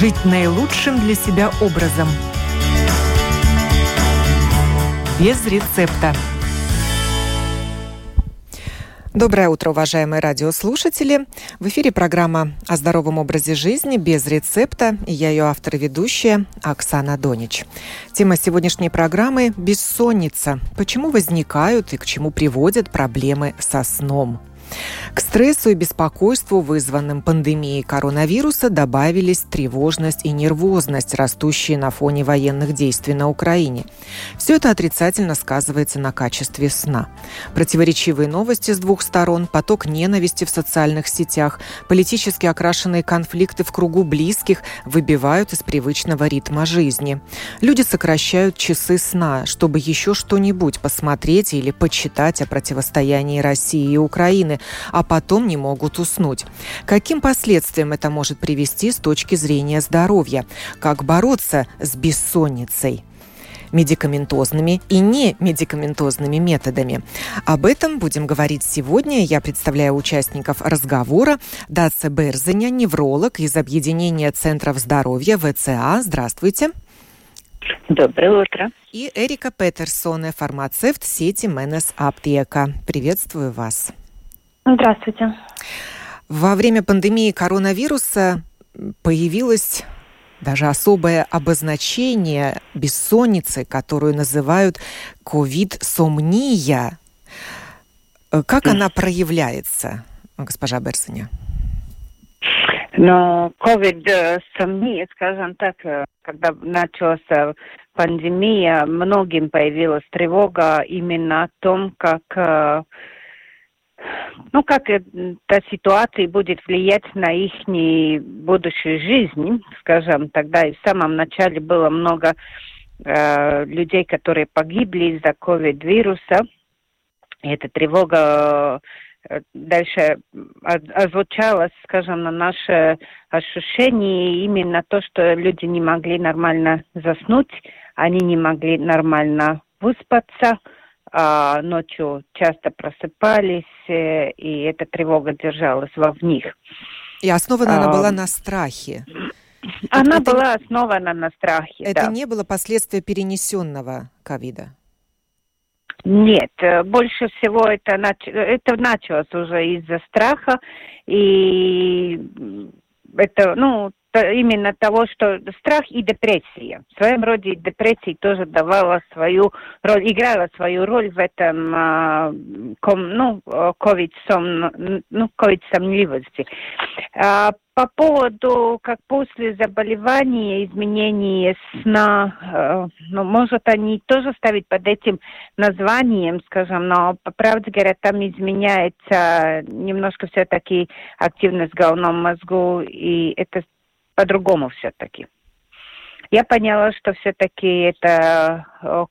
жить наилучшим для себя образом. Без рецепта. Доброе утро, уважаемые радиослушатели. В эфире программа о здоровом образе жизни без рецепта. И я ее автор и ведущая Оксана Донич. Тема сегодняшней программы – бессонница. Почему возникают и к чему приводят проблемы со сном? К стрессу и беспокойству, вызванным пандемией коронавируса, добавились тревожность и нервозность, растущие на фоне военных действий на Украине. Все это отрицательно сказывается на качестве сна. Противоречивые новости с двух сторон, поток ненависти в социальных сетях, политически окрашенные конфликты в кругу близких выбивают из привычного ритма жизни. Люди сокращают часы сна, чтобы еще что-нибудь посмотреть или почитать о противостоянии России и Украины, а потом не могут уснуть. Каким последствиям это может привести с точки зрения здоровья? Как бороться с бессонницей? Медикаментозными и немедикаментозными методами. Об этом будем говорить сегодня. Я представляю участников разговора. Даца Берзеня, невролог из Объединения центров здоровья ВЦА. Здравствуйте. Доброе утро. И Эрика Петерсоне, фармацевт сети Менес Аптека. Приветствую вас. Здравствуйте. Во время пандемии коронавируса появилось даже особое обозначение бессонницы, которую называют ковид-сомния. Как она проявляется, госпожа Берзеня? Но ковид-сомния, скажем так, когда началась пандемия, многим появилась тревога именно о том, как эта ситуация будет влиять на их будущую жизнь, скажем. Тогда и в самом начале было много людей, которые погибли из-за ковид-вируса. И эта тревога дальше озвучалась, скажем, на наши ощущения, именно то, что люди не могли нормально заснуть, они не могли нормально выспаться, ночью часто просыпались, и эта тревога держалась в них. И основана она была на страхе. Она была основана на страхе, Это не было последствия перенесенного ковида? Нет, больше всего это началось уже из-за страха, и это, именно того, что страх и депрессия. В своем роде депрессия тоже играла свою роль в этом ковид-сомнливости. По поводу, как после заболевания, изменения сна, может, они тоже ставить под этим названием, скажем, но, по правде говоря, там изменяется немножко все-таки активность в головном мозгу, и это по-другому все-таки. Я поняла, что все-таки это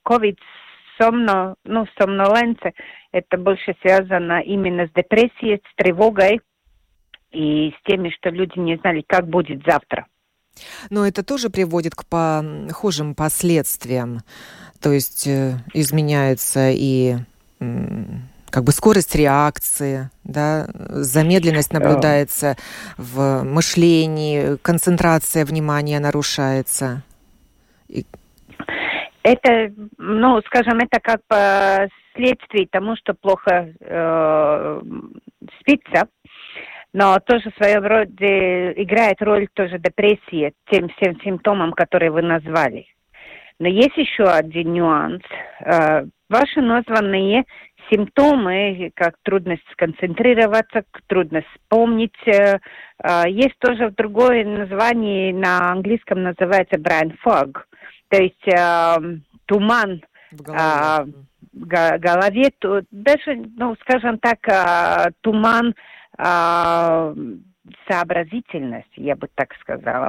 ковид-сомноленция, это больше связано именно с депрессией, с тревогой, и с теми, что люди не знали, как будет завтра. Но это тоже приводит к похожим последствиям. То есть изменяется и скорость реакции, да, замедленность наблюдается в мышлении, концентрация внимания нарушается. Это, это как последствие тому, что плохо спится. Но тоже в своем роде играет роль тоже депрессия, тем всем симптомам, которые вы назвали. Но есть еще один нюанс. Ваши названные симптомы, как трудность сконцентрироваться, трудность вспомнить, есть тоже другое название, на английском называется brain fog, то есть туман в голове, даже, скажем так, туман сообразительность, я бы так сказала.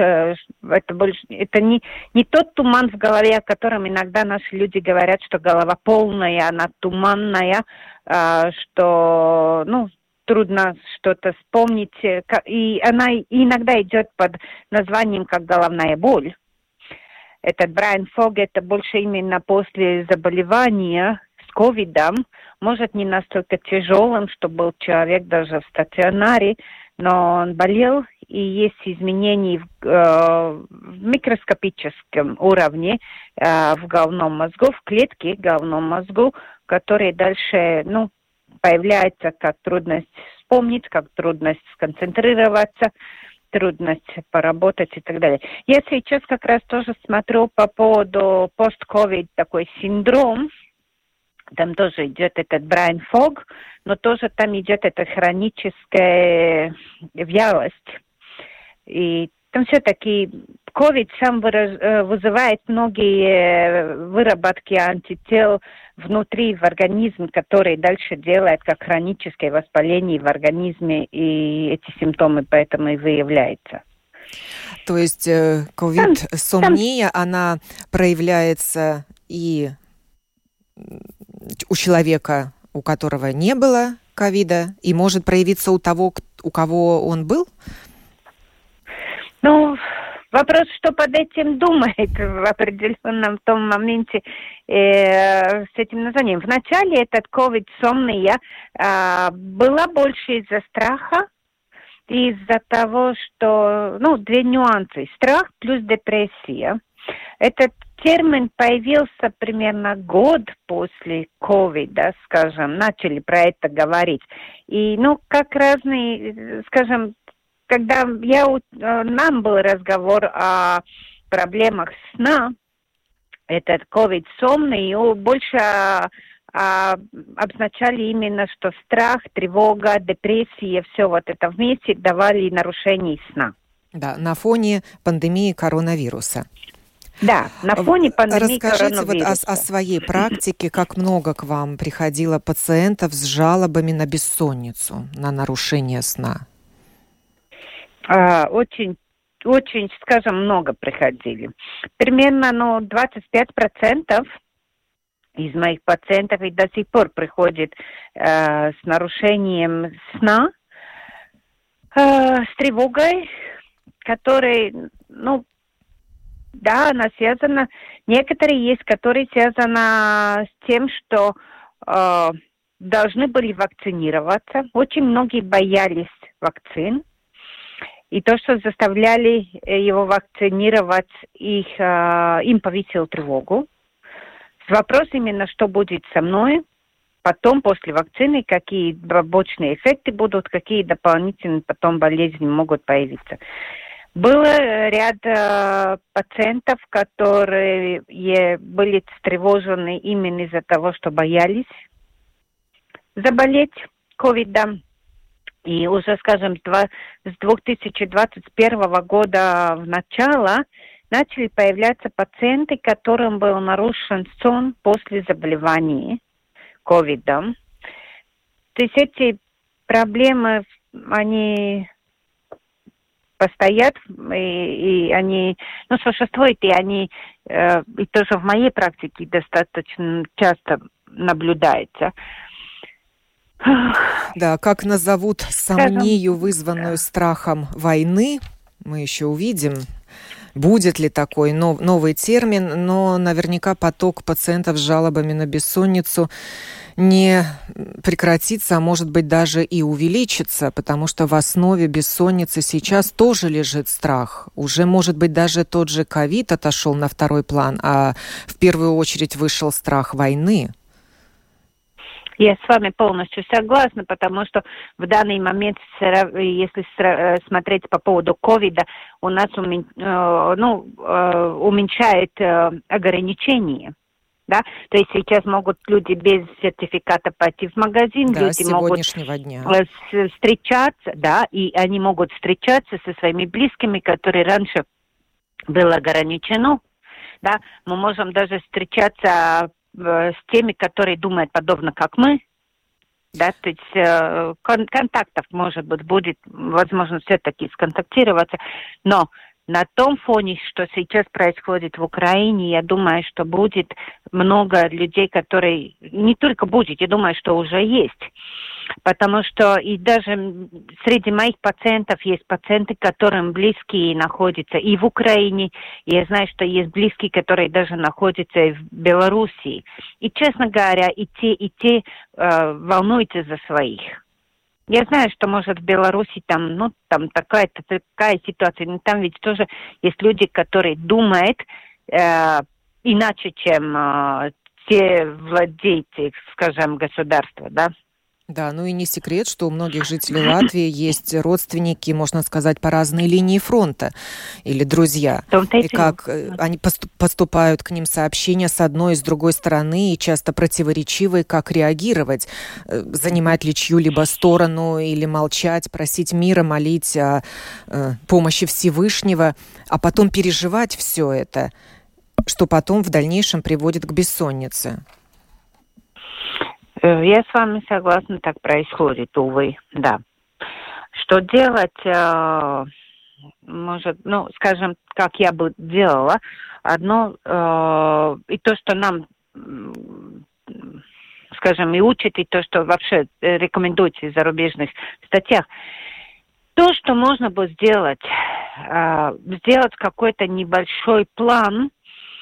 Это не тот туман в голове, о котором иногда наши люди говорят, что голова полная, она туманная, что трудно что-то вспомнить. И она иногда идет под названием как головная боль. Этот brain fog, это больше именно после заболевания с ковидом, может не настолько тяжелым, что был человек даже в стационаре, но он болел, и есть изменения в микроскопическом уровне в головном мозгу, в клетке головном мозгу, которые дальше, появляется как трудность вспомнить, как трудность сконцентрироваться, трудность поработать и так далее. Я сейчас как раз тоже смотрю по поводу пост-ковид такой синдром. Там тоже идет этот brain fog, но тоже там идет эта хроническая вялость. И там все-таки ковид сам вызывает многие выработки антител внутри в организме, которые дальше делают как хроническое воспаление в организме, и эти симптомы поэтому и выявляются. То есть ковид-сомния, она проявляется и у человека, у которого не было ковида, и может проявиться у того, у кого он был? Вопрос, что под этим думает в определенном том моменте с этим названием. Вначале этот ковид-сомния была больше из-за страха, из-за того, что, две нюансы. Страх плюс депрессия. Этот термин появился примерно год после ковида, скажем, начали про это говорить. И, как разные, скажем, когда нам был разговор о проблемах сна, этот ковид-сомный, больше обозначали именно, что страх, тревога, депрессия, все вот это вместе давали нарушение сна. Да, на фоне пандемии коронавируса. Да, на фоне пандемии коронавируса. Расскажите о своей практике, как много к вам приходило пациентов с жалобами на бессонницу, на нарушение сна? Очень, скажем, много приходили. Примерно, 25% из моих пациентов и до сих пор приходят с нарушением сна, с тревогой, которой, да, она связана. Некоторые есть, которые связаны с тем, что должны были вакцинироваться. Очень многие боялись вакцин. И то, что заставляли его вакцинировать, им повысило тревогу. Вопрос именно, что будет со мной, потом после вакцины, какие побочные эффекты будут, какие дополнительные потом болезни могут появиться. Было ряд пациентов, которые были встревожены именно из-за того, что боялись заболеть ковидом. И уже, скажем, с 2021 года в начало начали появляться пациенты, которым был нарушен сон после заболевания ковидом. То есть эти проблемы, они постоят, и они, существуют, и они, и тоже в моей практике достаточно часто наблюдаются. Да, как назовут сомнию, вызванную страхом войны, мы еще увидим. Будет ли такой новый термин, но наверняка поток пациентов с жалобами на бессонницу не прекратится, а может быть даже и увеличится, потому что в основе бессонницы сейчас тоже лежит страх. Уже, может быть, даже тот же ковид отошел на второй план, а в первую очередь вышел страх войны. Я с вами полностью согласна, потому что в данный момент, если смотреть по поводу ковида, у нас уменьшает ограничения. Да? То есть сейчас могут люди без сертификата пойти в магазин, да, люди могут встречаться, да, и они могут встречаться со своими близкими, которые раньше было ограничено. Да? Мы можем даже встречаться с теми, которые думают подобно, как мы, да, то есть контактов, может быть, будет возможность все-таки сконтактироваться, но на том фоне, что сейчас происходит в Украине, я думаю, что будет много людей, которые не только будет, я думаю, что уже есть. Потому что и даже среди моих пациентов есть пациенты, которым близкие находятся и в Украине. И я знаю, что есть близкие, которые даже находятся и в Белоруссии. И, честно говоря, и те волнуются за своих. Я знаю, что, может, в Беларуси там такая ситуация, но там ведь тоже есть люди, которые думают иначе, чем те владельцы, скажем, государства, да? Да, ну и не секрет, что у многих жителей Латвии есть родственники, можно сказать, по разной линии фронта или друзья. И как они поступают к ним сообщения с одной и с другой стороны, и часто противоречивые, как реагировать, занимать ли чью-либо сторону или молчать, просить мира, молить о помощи Всевышнего, а потом переживать все это, что потом в дальнейшем приводит к бессоннице. Я с вами согласна, так происходит, увы, да. Что делать, может, скажем, как я бы делала, одно, и то, что нам, скажем, и учат, и то, что вообще рекомендуется в зарубежных статьях, то, что можно бы сделать какой-то небольшой план,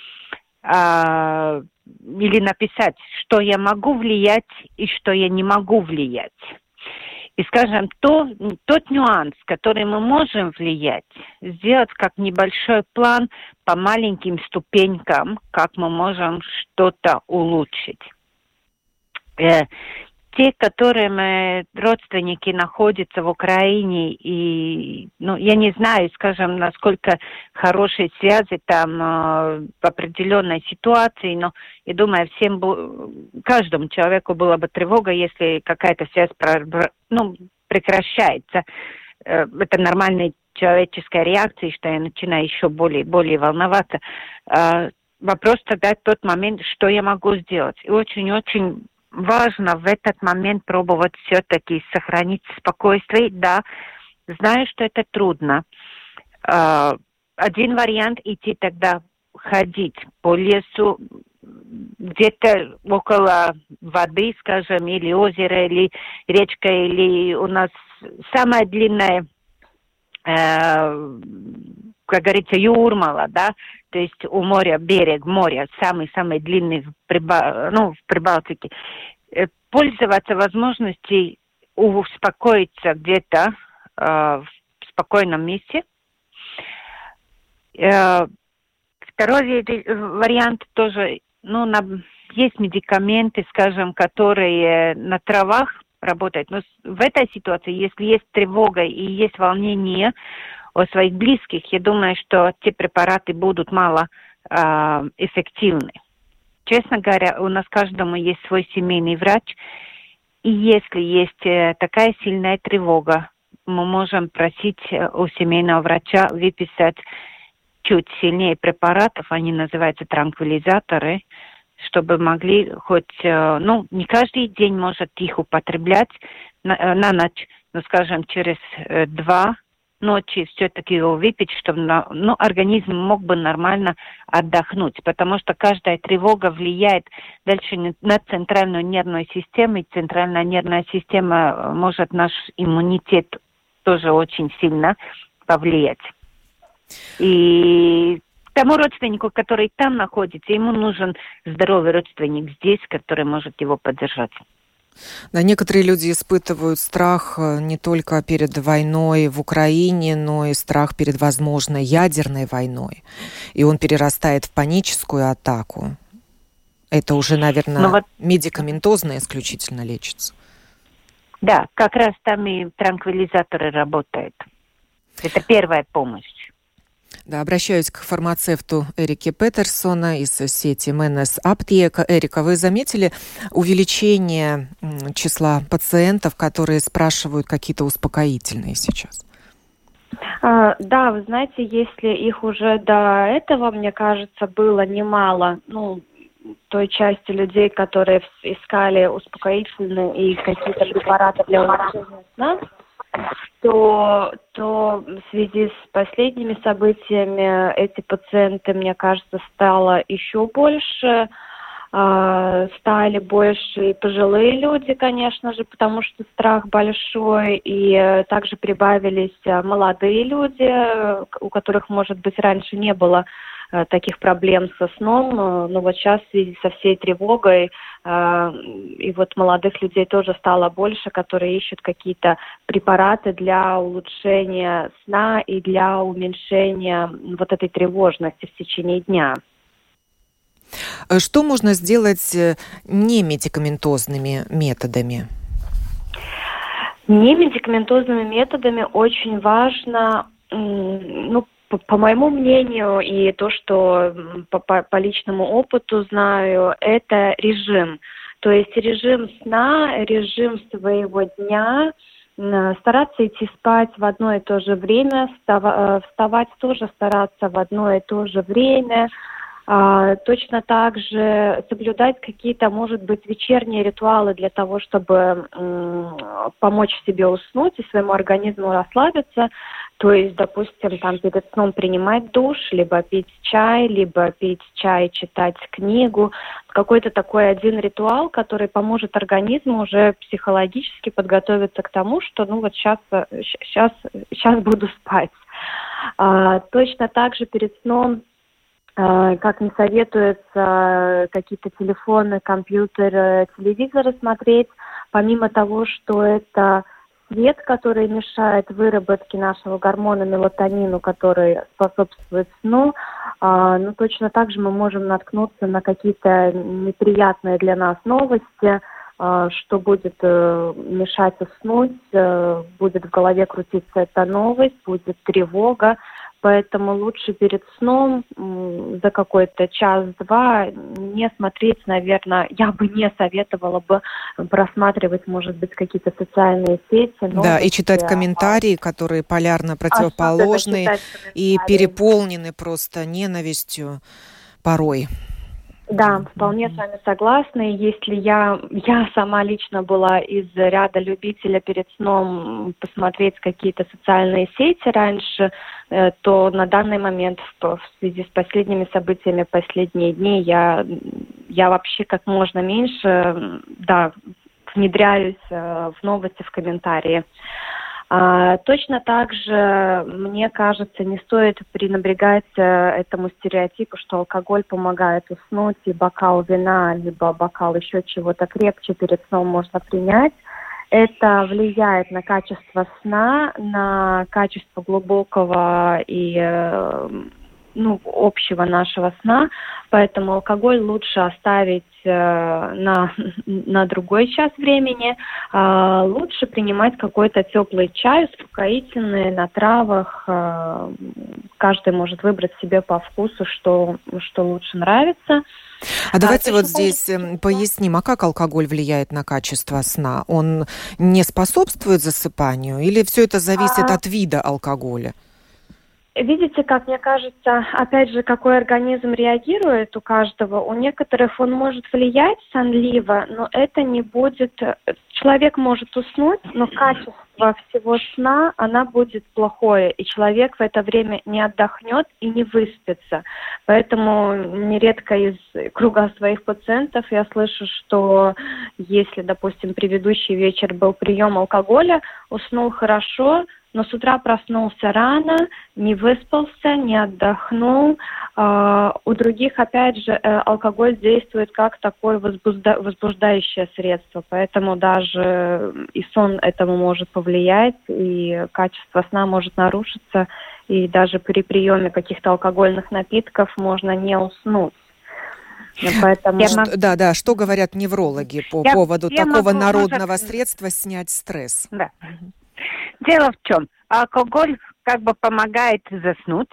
или написать, что я могу влиять и что я не могу влиять. И, скажем, тот нюанс, который мы можем влиять, сделать как небольшой план по маленьким ступенькам, как мы можем что-то улучшить. Те, которые родственники находятся в Украине, и, я не знаю, скажем, насколько хорошие связи там в определенной ситуации, но я думаю, каждому человеку была бы тревога, если какая-то связь прекращается. Это нормальная человеческая реакция, что я начинаю еще более волноваться. Вопрос тогда в тот момент, что я могу сделать. И очень-очень важно в этот момент пробовать все-таки сохранить спокойствие. Да, знаю, что это трудно. Один вариант — идти тогда ходить по лесу, где-то около воды, скажем, или озера, или речка, или у нас самая длинная, как говорится, Юрмала, да, то есть у моря, берег моря, самый-самый длинный в Прибалтике. Пользоваться возможностью успокоиться где-то в спокойном месте. Второй вариант тоже, есть медикаменты, скажем, которые на травах работают. Но в этой ситуации, если есть тревога и есть волнение о своих близких, я думаю, что те препараты будут мало эффективны. Честно говоря, у нас каждому есть свой семейный врач, и если есть такая сильная тревога, мы можем просить у семейного врача выписать чуть сильнее препаратов, они называются транквилизаторы, чтобы могли хоть, не каждый день может их употреблять на ночь, но, скажем, через 2 ночи все-таки его выпить, чтобы организм мог бы нормально отдохнуть, потому что каждая тревога влияет дальше на центральную нервную систему, и центральная нервная система может наш иммунитет тоже очень сильно повлиять. И тому родственнику, который там находится, ему нужен здоровый родственник здесь, который может его поддержать. Да, некоторые люди испытывают страх не только перед войной в Украине, но и страх перед возможной ядерной войной. И он перерастает в паническую атаку. Это уже, наверное, медикаментозно исключительно лечится. Да, как раз там и транквилизаторы работают. Это первая помощь. Да, обращаюсь к фармацевту Эрике Петерсона из сети МНС Аптека. Эрика, вы заметили увеличение числа пациентов, которые спрашивают какие-то успокоительные сейчас? Да, вы знаете, если их уже до этого, мне кажется, было немало, той части людей, которые искали успокоительные и какие-то препараты для улучшения сна, то в связи с последними событиями эти пациенты, мне кажется, стало еще больше. Стали больше и пожилые люди, конечно же, потому что страх большой, и также прибавились молодые люди, у которых, может быть, раньше не было таких проблем со сном. Но вот сейчас в связи со всей тревогой и вот молодых людей тоже стало больше, которые ищут какие-то препараты для улучшения сна и для уменьшения вот этой тревожности в течение дня. Что можно сделать немедикаментозными методами? Немедикаментозными методами очень важно, по моему мнению, и то, что по личному опыту знаю, это режим. То есть режим сна, режим своего дня, стараться идти спать в одно и то же время, вставать тоже стараться в одно и то же время. Точно так же соблюдать какие-то, может быть, вечерние ритуалы для того, чтобы помочь себе уснуть и своему организму расслабиться. То есть, допустим, там перед сном принимать душ, либо пить чай, читать книгу. Какой-то такой один ритуал, который поможет организму уже психологически подготовиться к тому, что сейчас буду спать. Точно так же перед сном, как не советуется, какие-то телефоны, компьютеры, телевизоры смотреть, помимо того, что это свет, который мешает выработке нашего гормона мелатонину, который способствует сну, но точно так же мы можем наткнуться на какие-то неприятные для нас новости, что будет мешать уснуть, будет в голове крутиться эта новость, будет тревога. Поэтому лучше перед сном за какой-то час-два не смотреть, наверное, я бы не советовала бы просматривать, может быть, какие-то социальные сети. Да, и читать комментарии, которые полярно противоположны и переполнены просто ненавистью порой. Да, вполне с вами согласна. Если я сама лично была из ряда любителя перед сном посмотреть какие-то социальные сети раньше, то на данный момент в связи с последними событиями последние дни я вообще как можно меньше, внедряюсь в новости, в комментарии. Точно так же, мне кажется, не стоит пренебрегать этому стереотипу, что алкоголь помогает уснуть, и бокал вина, либо бокал еще чего-то крепче перед сном можно принять. Это влияет на качество сна, на качество глубокого и общего нашего сна, поэтому алкоголь лучше оставить на другой час времени. Лучше принимать какой-то теплый чай, успокоительный, на травах. Каждый может выбрать себе по вкусу, что лучше нравится. Давайте вот здесь поясним, как алкоголь влияет на качество сна? Он не способствует засыпанию или все это зависит от вида алкоголя? Видите, как мне кажется, опять же, какой организм реагирует у каждого. У некоторых он может влиять сонливо, но это не будет... Человек может уснуть, но качество всего сна, она будет плохое, и человек в это время не отдохнет и не выспится. Поэтому нередко из круга своих пациентов я слышу, что если, допустим, предыдущий вечер был прием алкоголя, уснул хорошо, но с утра проснулся рано, не выспался, не отдохнул. У других, опять же, алкоголь действует как такое возбуждающее средство, поэтому даже и сон этому может повлиять, и качество сна может нарушиться, и даже при приеме каких-то алкогольных напитков можно не уснуть. Поэтому... Что говорят неврологи по поводу такого народного средства снять стресс? Да. Дело в чем? Алкоголь помогает заснуть,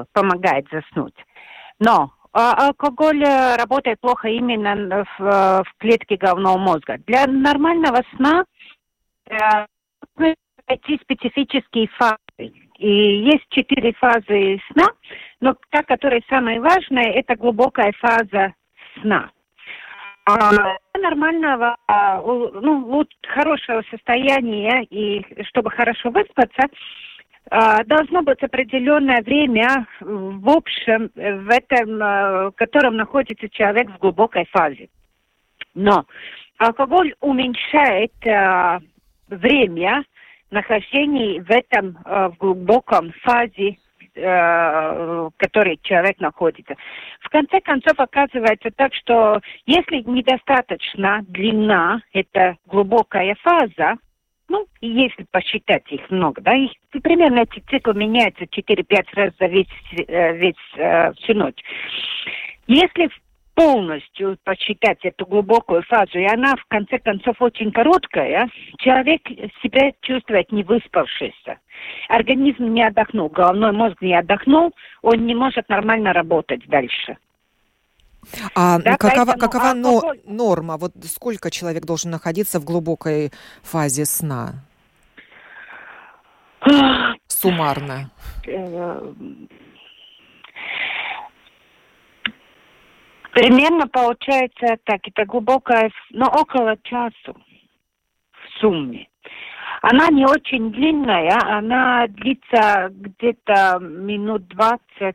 но алкоголь работает плохо именно в клетке головного мозга. Для нормального сна нужно найти специфические фазы. И есть 4 фазы сна, но та, которая самая важная, это глубокая фаза сна. Нормального, хорошего состояния и чтобы хорошо выспаться, должно быть определенное время в общем, в этом, в котором находится человек в глубокой фазе. Но алкоголь уменьшает время нахождения в этом в глубоком фазе в которой человек находится. В конце концов, оказывается так, что если недостаточно длина, это глубокая фаза, ну, если посчитать их много, да, их примерно эти циклы меняются 4-5 раз за всю ночь. Если полностью посчитать эту глубокую фазу, и она в конце концов очень короткая, человек себя чувствует невыспавшийся. Организм не отдохнул, головной мозг не отдохнул, он не может нормально работать дальше. А да, какова норма? Вот сколько человек должен находиться в глубокой фазе сна? Суммарно. Примерно получается так, это глубокая, но около часа в сумме. Она не очень длинная, она длится где-то минут 20,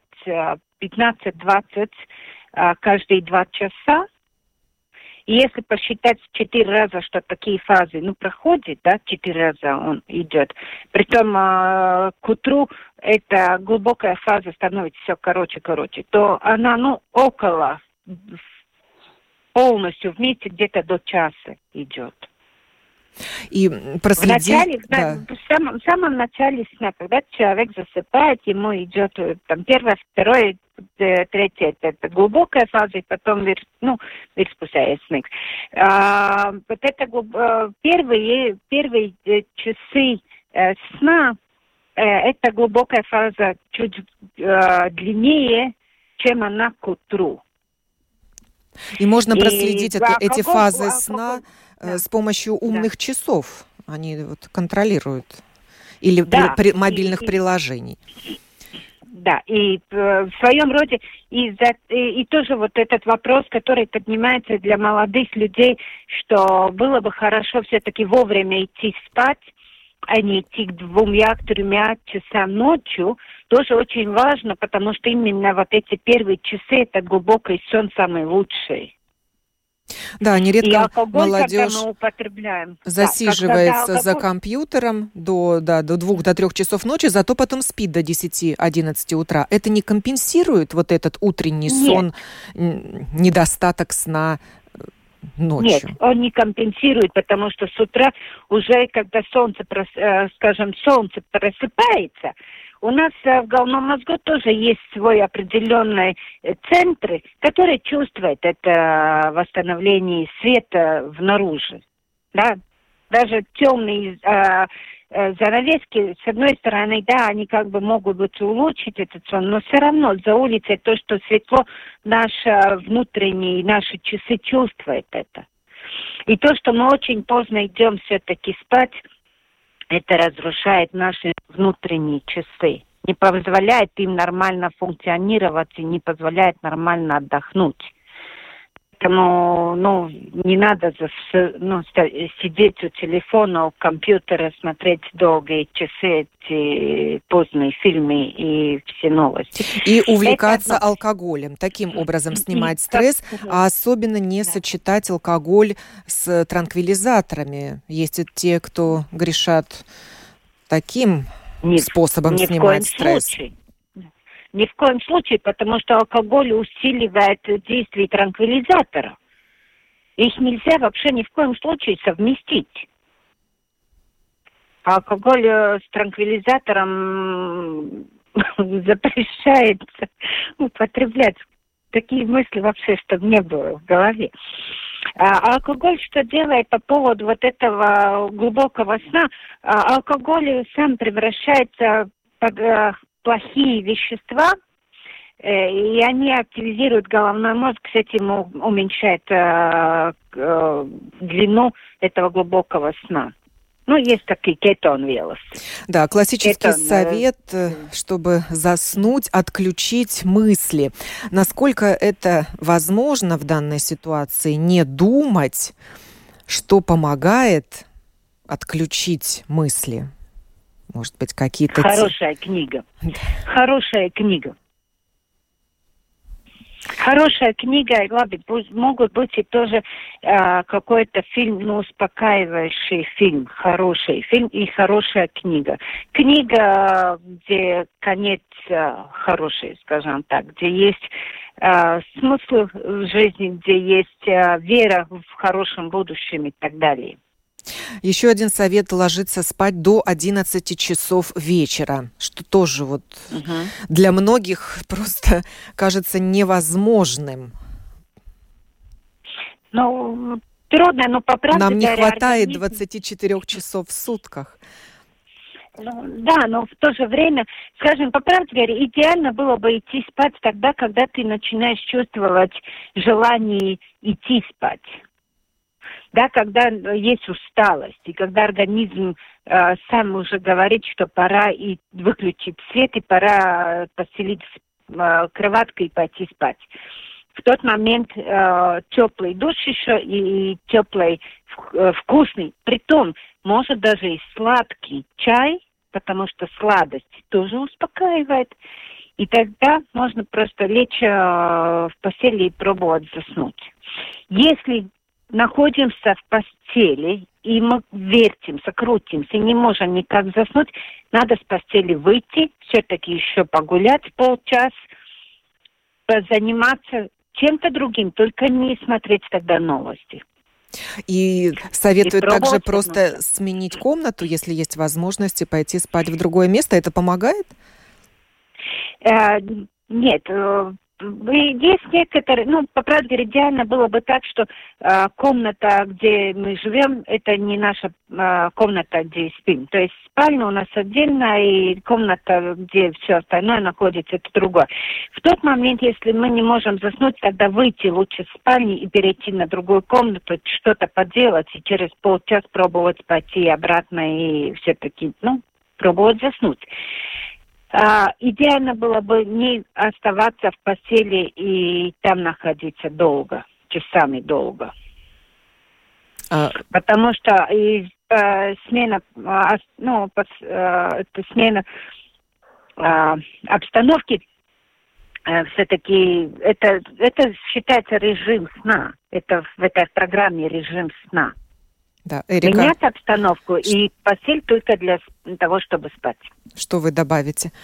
15-20 каждые 2 часа. И если посчитать 4 раза, что такие фазы, проходит, да, 4 раза он идет. Притом к утру эта глубокая фаза становится все короче, то она, около, полностью вместе где-то до часа идет. И проследить... В самом начале сна, когда человек засыпает, ему идет первое, второе, третье, это глубокая фаза, и потом вирспусējas. Вот это первые часы сна, эта глубокая фаза чуть длиннее, чем она к утру. И можно проследить эти фазы сна с помощью умных часов. Они контролируют. Или мобильных приложений. Да, и в своем роде, и тоже вот этот вопрос, который поднимается для молодых людей, что было бы хорошо все-таки вовремя идти спать, а не идти к 2-3 часам ночью, тоже очень важно, потому что именно вот эти первые часы, это глубокий сон самый лучший. Да, нередко молодежь засиживается за компьютером до 2-3 часов ночи, зато потом спит до 10-11 утра. Это не компенсирует вот этот утренний сон, недостаток сна ночью? Нет, он не компенсирует, потому что с утра уже, когда солнце просыпается, у нас в головном мозгу тоже есть свой определенный центры, которые чувствуют это восстановление света внаружи. Да? Даже темные занавески, с одной стороны, да, они могут быть улучшить этот сон, но все равно за улицей то, что светло, наше внутренние, наши часы чувствуют это. И то, что мы очень поздно идем все-таки спать, это разрушает наши внутренние часы, не позволяет им нормально функционировать и не позволяет нормально отдохнуть. Поэтому, не надо сидеть у телефона, у компьютера, смотреть долгие часы, эти поздние фильмы и все новости. И увлекаться алкоголем. Таким образом снимать стресс, а особенно не сочетать алкоголь с транквилизаторами. Есть и те, кто грешат таким способом снимать стресс. Ни в коем случае, потому что алкоголь усиливает действие транквилизатора. Их нельзя вообще ни в коем случае совместить. Алкоголь с транквилизатором запрещается употреблять. Такие мысли вообще, чтобы не было в голове. А алкоголь что делает по поводу вот этого глубокого сна? Алкоголь сам превращается в плохие вещества, и они активизируют головной мозг, с этим уменьшает длину этого глубокого сна. Есть такие кетонвелы. Да, классический совет, чтобы заснуть, отключить мысли. Насколько это возможно в данной ситуации, не думать, что помогает отключить мысли? Может быть, какие-то... Хорошая книга. Хорошая книга, могут быть и тоже какой-то фильм, ну, успокаивающий фильм, хороший фильм и хорошая книга. Книга, где конец хороший, скажем так, где есть смысл в жизни, где есть вера в хорошем будущем и так далее. Еще один совет – ложиться спать до 11 часов вечера, что тоже вот для многих просто кажется невозможным. Ну, трудно, но по правде нам не говоря, хватает организм... 24 часов в сутках. Ну, да, но в то же время, скажем, по правде говоря, идеально было бы идти спать тогда, когда ты начинаешь чувствовать желание идти спать. Да, когда есть усталость, и когда организм сам уже говорит, что пора и выключить свет, и пора постелить кроватку и пойти спать. В тот момент теплый душ еще и теплый вкусный. Притом, может даже и сладкий чай, потому что сладость тоже успокаивает. И тогда можно просто лечь в постели и пробовать заснуть. Если находимся в постели, и мы вертимся, крутимся, и не можем никак заснуть, надо с постели выйти, все-таки еще погулять полчаса, позаниматься чем-то другим, только не смотреть тогда новости. И советуют также просто сменить комнату, если есть возможность, и пойти спать в другое место. Это помогает? Нет. Есть некоторые, по правде говоря, идеально было бы так, что комната, где мы живем, это не наша комната, где спим. То есть спальня у нас отдельно, и комната, где все остальное находится, это другое. В тот момент, если мы не можем заснуть, тогда выйти лучше из спальни и перейти на другую комнату, что-то поделать, и через полчаса пробовать пойти обратно и все-таки, пробовать заснуть. Идеально было бы не оставаться в постели и там находиться долго, часами долго. Потому что смена обстановки все-таки это считается режим сна. Это в этой программе режим сна. Да, Эрика. Менять обстановку и постель только для того, чтобы спать. Что вы добавите?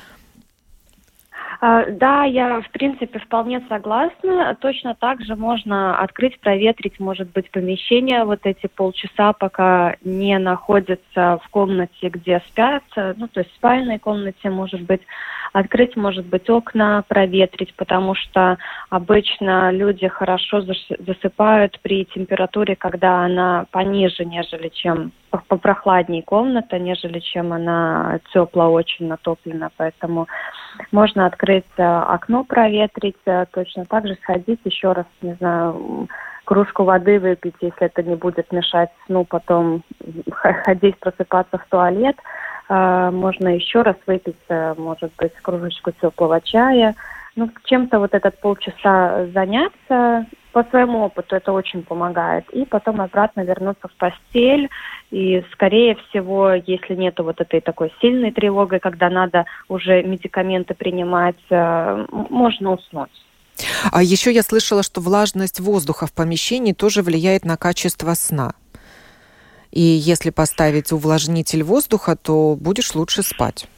Да, я, в принципе, вполне согласна. Точно так же можно открыть, проветрить, может быть, помещение вот эти полчаса, пока не находятся в комнате, где спят. То есть в спальной комнате, может быть, открыть, может быть, окна, проветрить, потому что обычно люди хорошо засыпают при температуре, когда она пониже, нежели чем попрохладнее комната, нежели чем она теплая, очень натоплена. Поэтому можно открыть окно, проветрить, точно так же сходить еще раз, не знаю, кружку воды выпить, если это не будет мешать сну, потом ходить, просыпаться в туалет. Можно еще раз выпить, может быть, кружечку теплого чая. Чем-то вот этот полчаса заняться, по своему опыту это очень помогает. И потом обратно вернуться в постель. И, скорее всего, если нету вот этой такой сильной тревоги, когда надо уже медикаменты принимать, можно уснуть. А еще я слышала, что влажность воздуха в помещении тоже влияет на качество сна. И если поставить увлажнитель воздуха, то будешь лучше спать.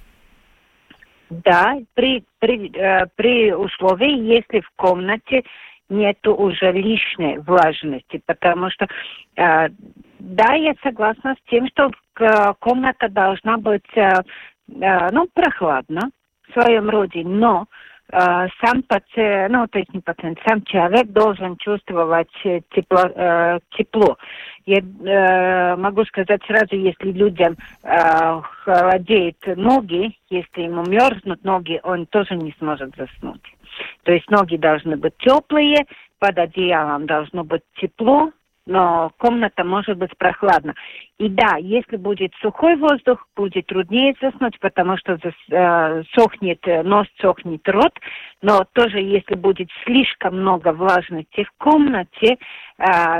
Да, при условии, если в комнате нету уже лишней влажности, потому что, да, я согласна с тем, что комната должна быть, прохладна в своем роде, но сам пациент, сам человек должен чувствовать тепло. Я могу сказать сразу, если людям холодеют ноги, если ему мерзнут ноги, он тоже не сможет заснуть. То есть ноги должны быть теплые, под одеялом должно быть тепло, но комната может быть прохладна. И да, если будет сухой воздух, будет труднее заснуть, потому что сохнет нос, сохнет рот. Но тоже, если будет слишком много влажности в комнате,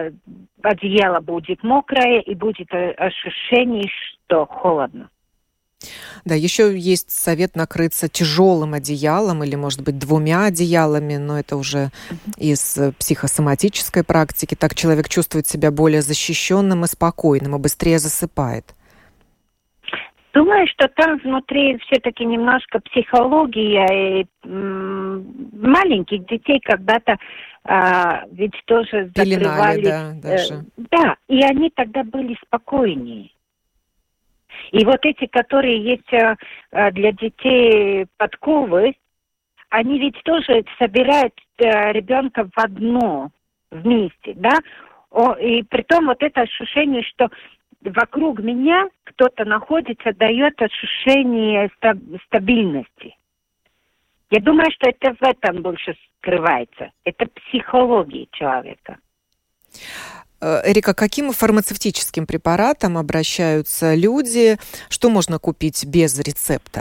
одеяло будет мокрое и будет ощущение, что холодно. Да, еще есть совет накрыться тяжелым одеялом или, может быть, двумя одеялами, но это уже из психосоматической практики. Так человек чувствует себя более защищенным и спокойным, и быстрее засыпает. Думаю, что там внутри все-таки немножко психология. И, маленьких детей когда-то ведь тоже Пеленали, закрывали. да, даже. Да, и они тогда были спокойнее. И вот эти, которые есть для детей подковы, они ведь тоже собирают ребенка в одно вместе, да? И при том вот это ощущение, что вокруг меня кто-то находится, дает ощущение стабильности. Я думаю, что это в этом больше скрывается. Это психология человека. Эрика, к каким фармацевтическим препаратам обращаются люди? Что можно купить без рецепта?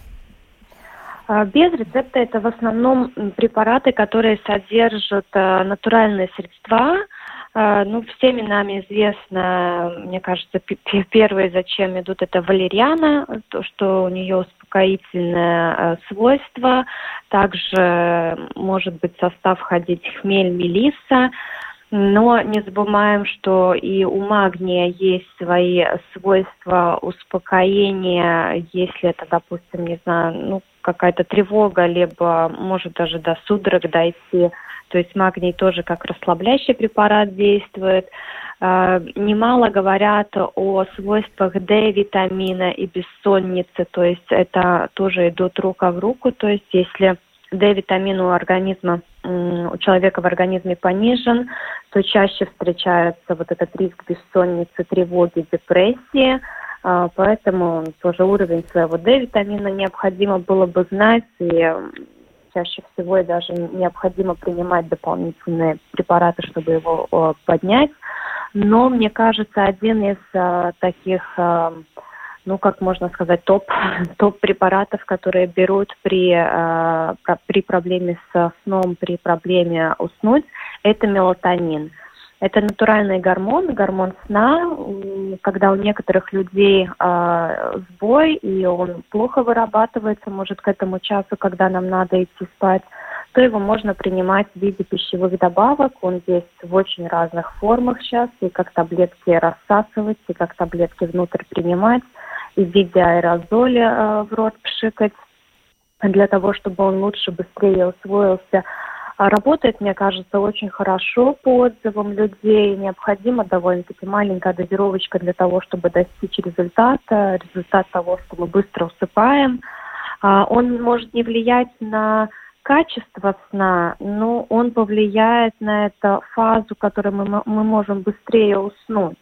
Без рецепта это в основном препараты, которые содержат натуральные средства. Всеми нами известно, мне кажется, первые, зачем идут, это валериана, то, что у нее успокоительное свойство. Также может быть в состав входить хмель, мелисса. Но не забываем, что и у магния есть свои свойства успокоения, если это, допустим, не знаю, какая-то тревога, либо может даже до судорог дойти. То есть магний тоже как расслабляющий препарат действует. Немало говорят о свойствах D-витамина и бессонницы, то есть это тоже идут рука в руку. То есть если D-витамин у человека в организме понижен, то чаще встречается вот этот риск бессонницы, тревоги, депрессии. Поэтому тоже уровень своего D-витамина необходимо было бы знать, и чаще всего и даже необходимо принимать дополнительные препараты, чтобы его поднять. Но, мне кажется, один из таких, как можно сказать, топ-препаратов, которые берут при проблеме с сном, при проблеме уснуть, это мелатонин. Это натуральный гормон сна. Когда у некоторых людей сбой, и он плохо вырабатывается, может, к этому часу, когда нам надо идти спать, то его можно принимать в виде пищевых добавок. Он есть в очень разных формах сейчас, и как таблетки рассасывать, и как таблетки внутрь принимать, и в виде аэрозоля в рот пшикать, для того, чтобы он лучше, быстрее усвоился. Работает, мне кажется, очень хорошо по отзывам людей. Необходима довольно-таки маленькая дозировочка для того, чтобы достичь результата. Результат того, что мы быстро усыпаем. Он может не влиять на качество сна, но он повлияет на эту фазу, в которой мы можем быстрее уснуть.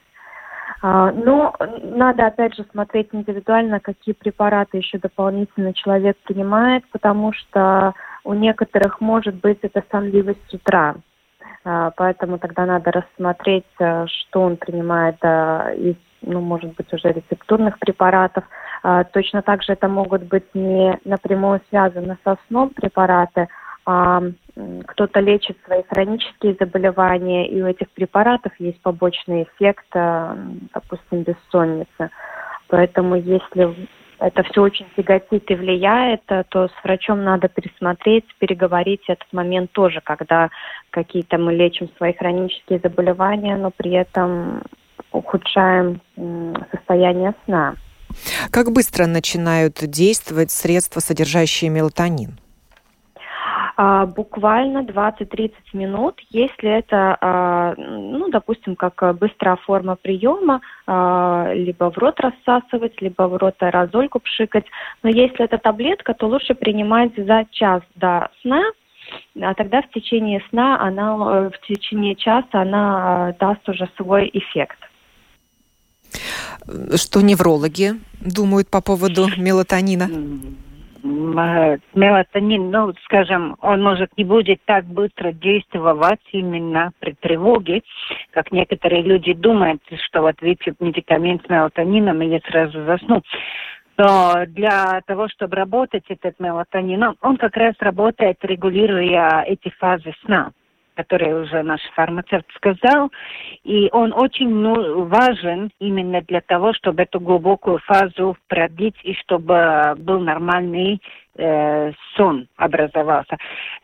Но надо, опять же, смотреть индивидуально, какие препараты еще дополнительно человек принимает, потому что у некоторых может быть это сонливость с утра. Поэтому тогда надо рассмотреть, что он принимает из, может быть, уже рецептурных препаратов. Точно так же это могут быть не напрямую связаны со сном препараты, кто-то лечит свои хронические заболевания, и у этих препаратов есть побочный эффект, допустим, бессонница. Поэтому если это все очень тяготит и влияет, то с врачом надо пересмотреть, переговорить этот момент тоже, когда какие-то мы лечим свои хронические заболевания, но при этом ухудшаем состояние сна. Как быстро начинают действовать средства, содержащие мелатонин? Буквально 20-30 минут, если это, допустим, как быстрая форма приема, либо в рот рассасывать, либо в рот аэрозольку пшикать. Но если это таблетка, то лучше принимать за час до сна, а тогда в течение часа она даст уже свой эффект. Что неврологи думают по поводу мелатонина? Мелатонин, скажем, он может не будет так быстро действовать именно при тревоге, как некоторые люди думают, что вот выпьют медикамент с мелатонином и я сразу засну. Но для того, чтобы работать этот мелатонин, он как раз работает, регулируя эти фазы сна. который уже наш фармацевт сказал, и он очень важен именно для того, чтобы эту глубокую фазу продлить и чтобы был нормальный сон образовался.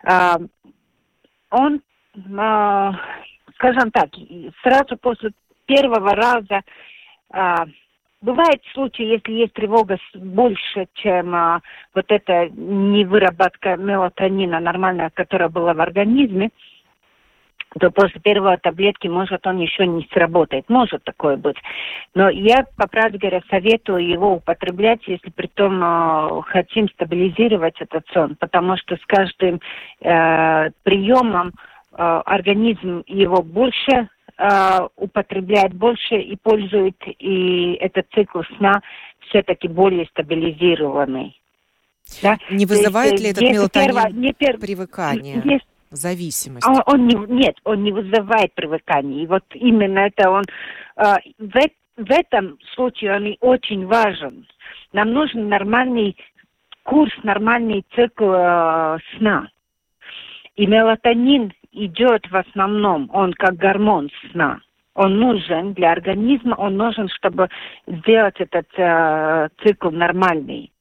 Он, скажем так, сразу после первого раза бывает случаи, если есть тревога больше, чем вот эта невыработка мелатонина нормальная, которая была в организме, то после первой таблетки, может, он еще не сработает. Может такое быть. Но я, по правде говоря, советую его употреблять, если при том хотим стабилизировать этот сон, потому что с каждым приемом организм его больше употребляет, больше и пользует, и этот цикл сна все-таки более стабилизированный. Да? Не вызывает ли этот мелатонин привыкание? Есть зависимость? Он не вызывает привыкания. И вот именно это он... В этом случае он и очень важен. Нам нужен нормальный курс, нормальный цикл сна. И мелатонин идет в основном, он как гормон сна. Он нужен для организма, он нужен, чтобы сделать этот цикл нормальный.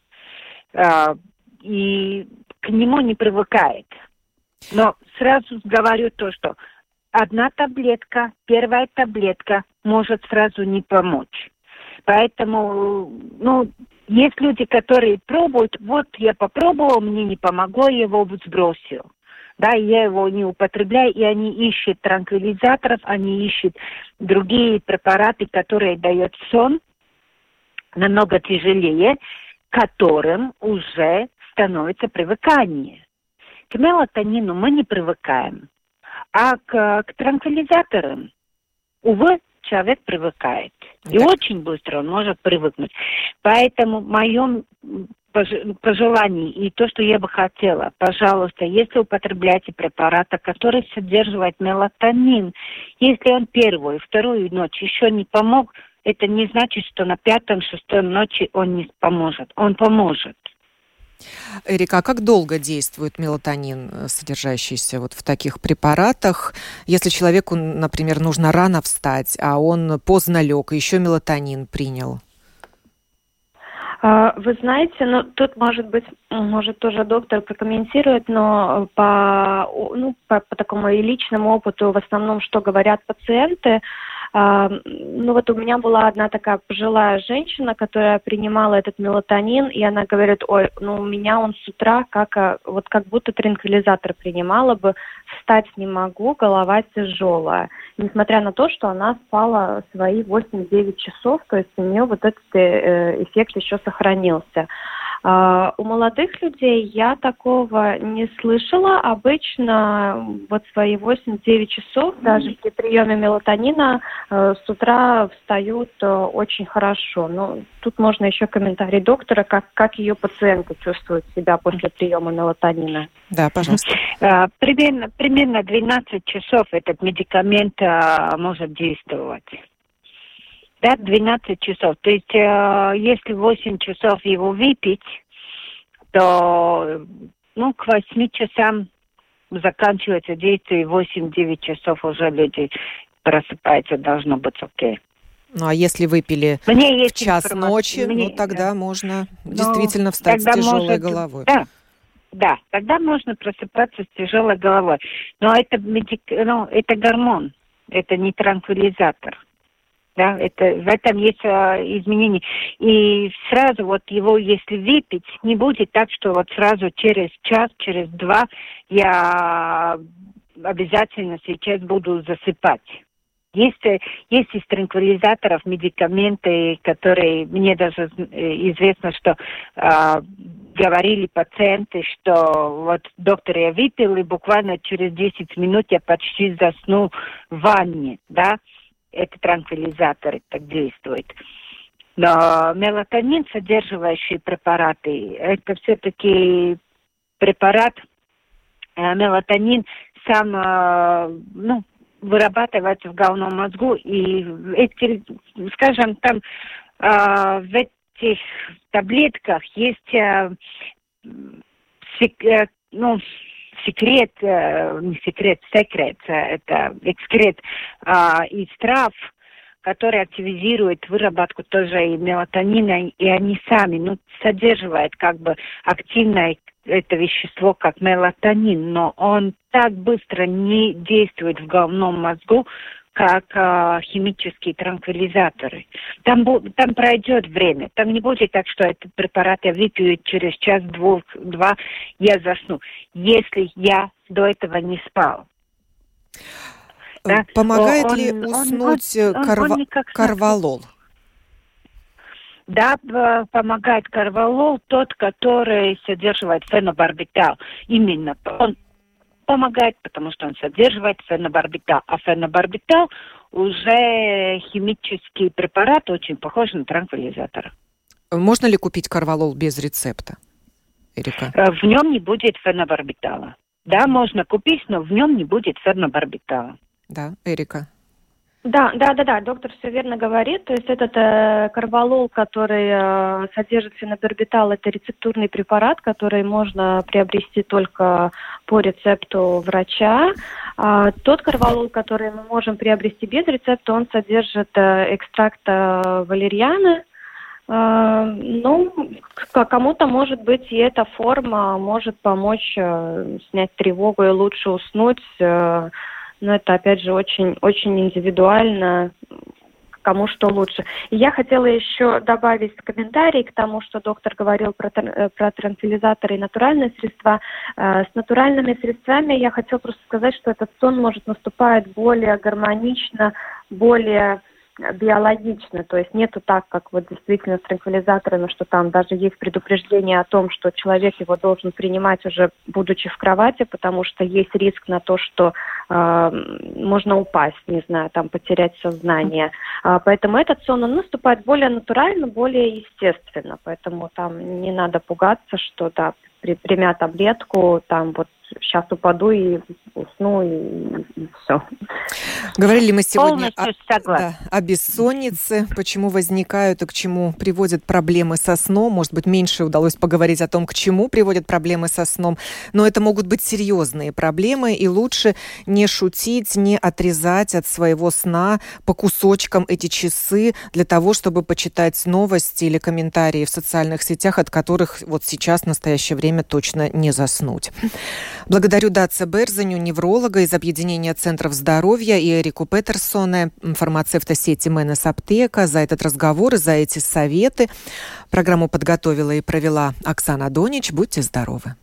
И к нему не привыкает. Но сразу говорю то, что одна таблетка, первая таблетка может сразу не помочь. Поэтому, есть люди, которые пробуют, вот я попробовал, мне не помогло, я его сбросил. Да, я его не употребляю, и они ищут транквилизаторов, они ищут другие препараты, которые дают сон намного тяжелее, которым уже становится привыкание. К мелатонину мы не привыкаем, а к транквилизаторам, увы, человек привыкает. И очень быстро он может привыкнуть. Поэтому в моем пожелании и то, что я бы хотела, пожалуйста, если употребляете препараты, которые содержат мелатонин, если он первую, вторую ночь еще не помог, это не значит, что на 5-6 ночи он не поможет. Он поможет. Эрика, а как долго действует мелатонин, содержащийся вот в таких препаратах? Если человеку, например, нужно рано встать, а он поздно лег, и еще мелатонин принял? Вы знаете, тут, может тоже доктор прокомментирует, но по такому и личному опыту, в основном, что говорят пациенты, вот у меня была одна такая пожилая женщина, которая принимала этот мелатонин, и она говорит, у меня он с утра как будто транквилизатор принимала бы, встать не могу, голова тяжелая. Несмотря на то, что она спала свои 8-9 часов, то есть у нее вот этот эффект еще сохранился. У молодых людей я такого не слышала. Обычно вот свои 8-9 часов, даже при приеме мелатонина, с утра встают очень хорошо. Но тут можно еще комментарий доктора, как ее пациенты чувствуют себя после приема мелатонина. Да, пожалуйста. Примерно 12 часов этот медикамент может действовать. Да, 12 часов. То есть, если 8 часов его выпить, то, к 8 часам заканчивается действие, и 8-9 часов уже люди просыпаются, должно быть окей. Ну, а если выпили в час ночи, тогда можно действительно встать с тяжелой головой. Да, тогда можно просыпаться с тяжелой головой. Но это гормон, это не транквилизатор. Да, в этом есть изменения. И сразу вот его, если выпить, не будет так, что вот сразу через час, через 2 я обязательно сейчас буду засыпать. Есть из транквилизаторов медикаменты, которые мне даже известно, что говорили пациенты, что вот доктор, я выпил, и буквально через 10 минут я почти заснул в ванне, да. Это транквилизаторы так действуют. Но мелатонин, содержащий препараты, это все-таки препарат, мелатонин сам, вырабатывается в головном мозгу. И скажем, там в этих таблетках есть, секрет, это экскрет из трав, который активизирует выработку тоже и мелатонина, и они сами, содержат как бы активное это вещество, как мелатонин, но он так быстро не действует в головном мозгу, как химические транквилизаторы. Там пройдет время. Там не будет так, что этот препарат я выпью, и через час-два я засну. Если я до этого не спал. Да? Помогает ли уснуть карвалол? Да, помогает карвалол, тот, который содержит фенобарбитал. Именно он помогает, потому что он содержит фенобарбитал. А фенобарбитал уже химический препарат, очень похож на транквилизатор. Можно ли купить карвалол без рецепта, Эрика? В нем не будет фенобарбитала. Да, можно купить, но в нем не будет фенобарбитала. Да, Эрика. Да, доктор все верно говорит. То есть этот карвалол, который содержит фенобарбитал, это рецептурный препарат, который можно приобрести только по рецепту врача. Тот карвалол, который мы можем приобрести без рецепта, он содержит экстракт валерьяны. Кому-то, может быть, и эта форма может помочь снять тревогу и лучше уснуть. Но это, опять же, очень, очень индивидуально, кому что лучше. И я хотела еще добавить комментарий к тому, что доктор говорил про транквилизаторы и натуральные средства. С натуральными средствами я хотела просто сказать, что этот сон может наступать более гармонично, более биологично, то есть нету так, как вот действительно с транквилизаторами, что там даже есть предупреждение о том, что человек его должен принимать уже будучи в кровати, потому что есть риск на то, что можно упасть, не знаю, там потерять сознание. Поэтому этот сон, он наступает более натурально, более естественно, поэтому там не надо пугаться, что да, примя таблетку, там вот сейчас упаду и усну, и все. Говорили мы сегодня о бессоннице, почему возникают и к чему приводят проблемы со сном. Может быть, меньше удалось поговорить о том, к чему приводят проблемы со сном. Но это могут быть серьезные проблемы, и лучше не шутить, не отрезать от своего сна по кусочкам эти часы для того, чтобы почитать новости или комментарии в социальных сетях, от которых вот сейчас, в настоящее время, точно не заснуть. Благодарю Даце Берзаню, невролога из Объединения центров здоровья, и Эрику Петерсоне, фармацевта сети Менес Аптека, за этот разговор и за эти советы. Программу подготовила и провела Оксана Донич. Будьте здоровы.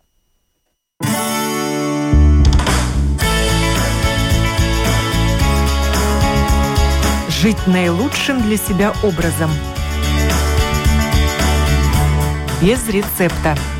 Жить наилучшим для себя образом. Без рецепта.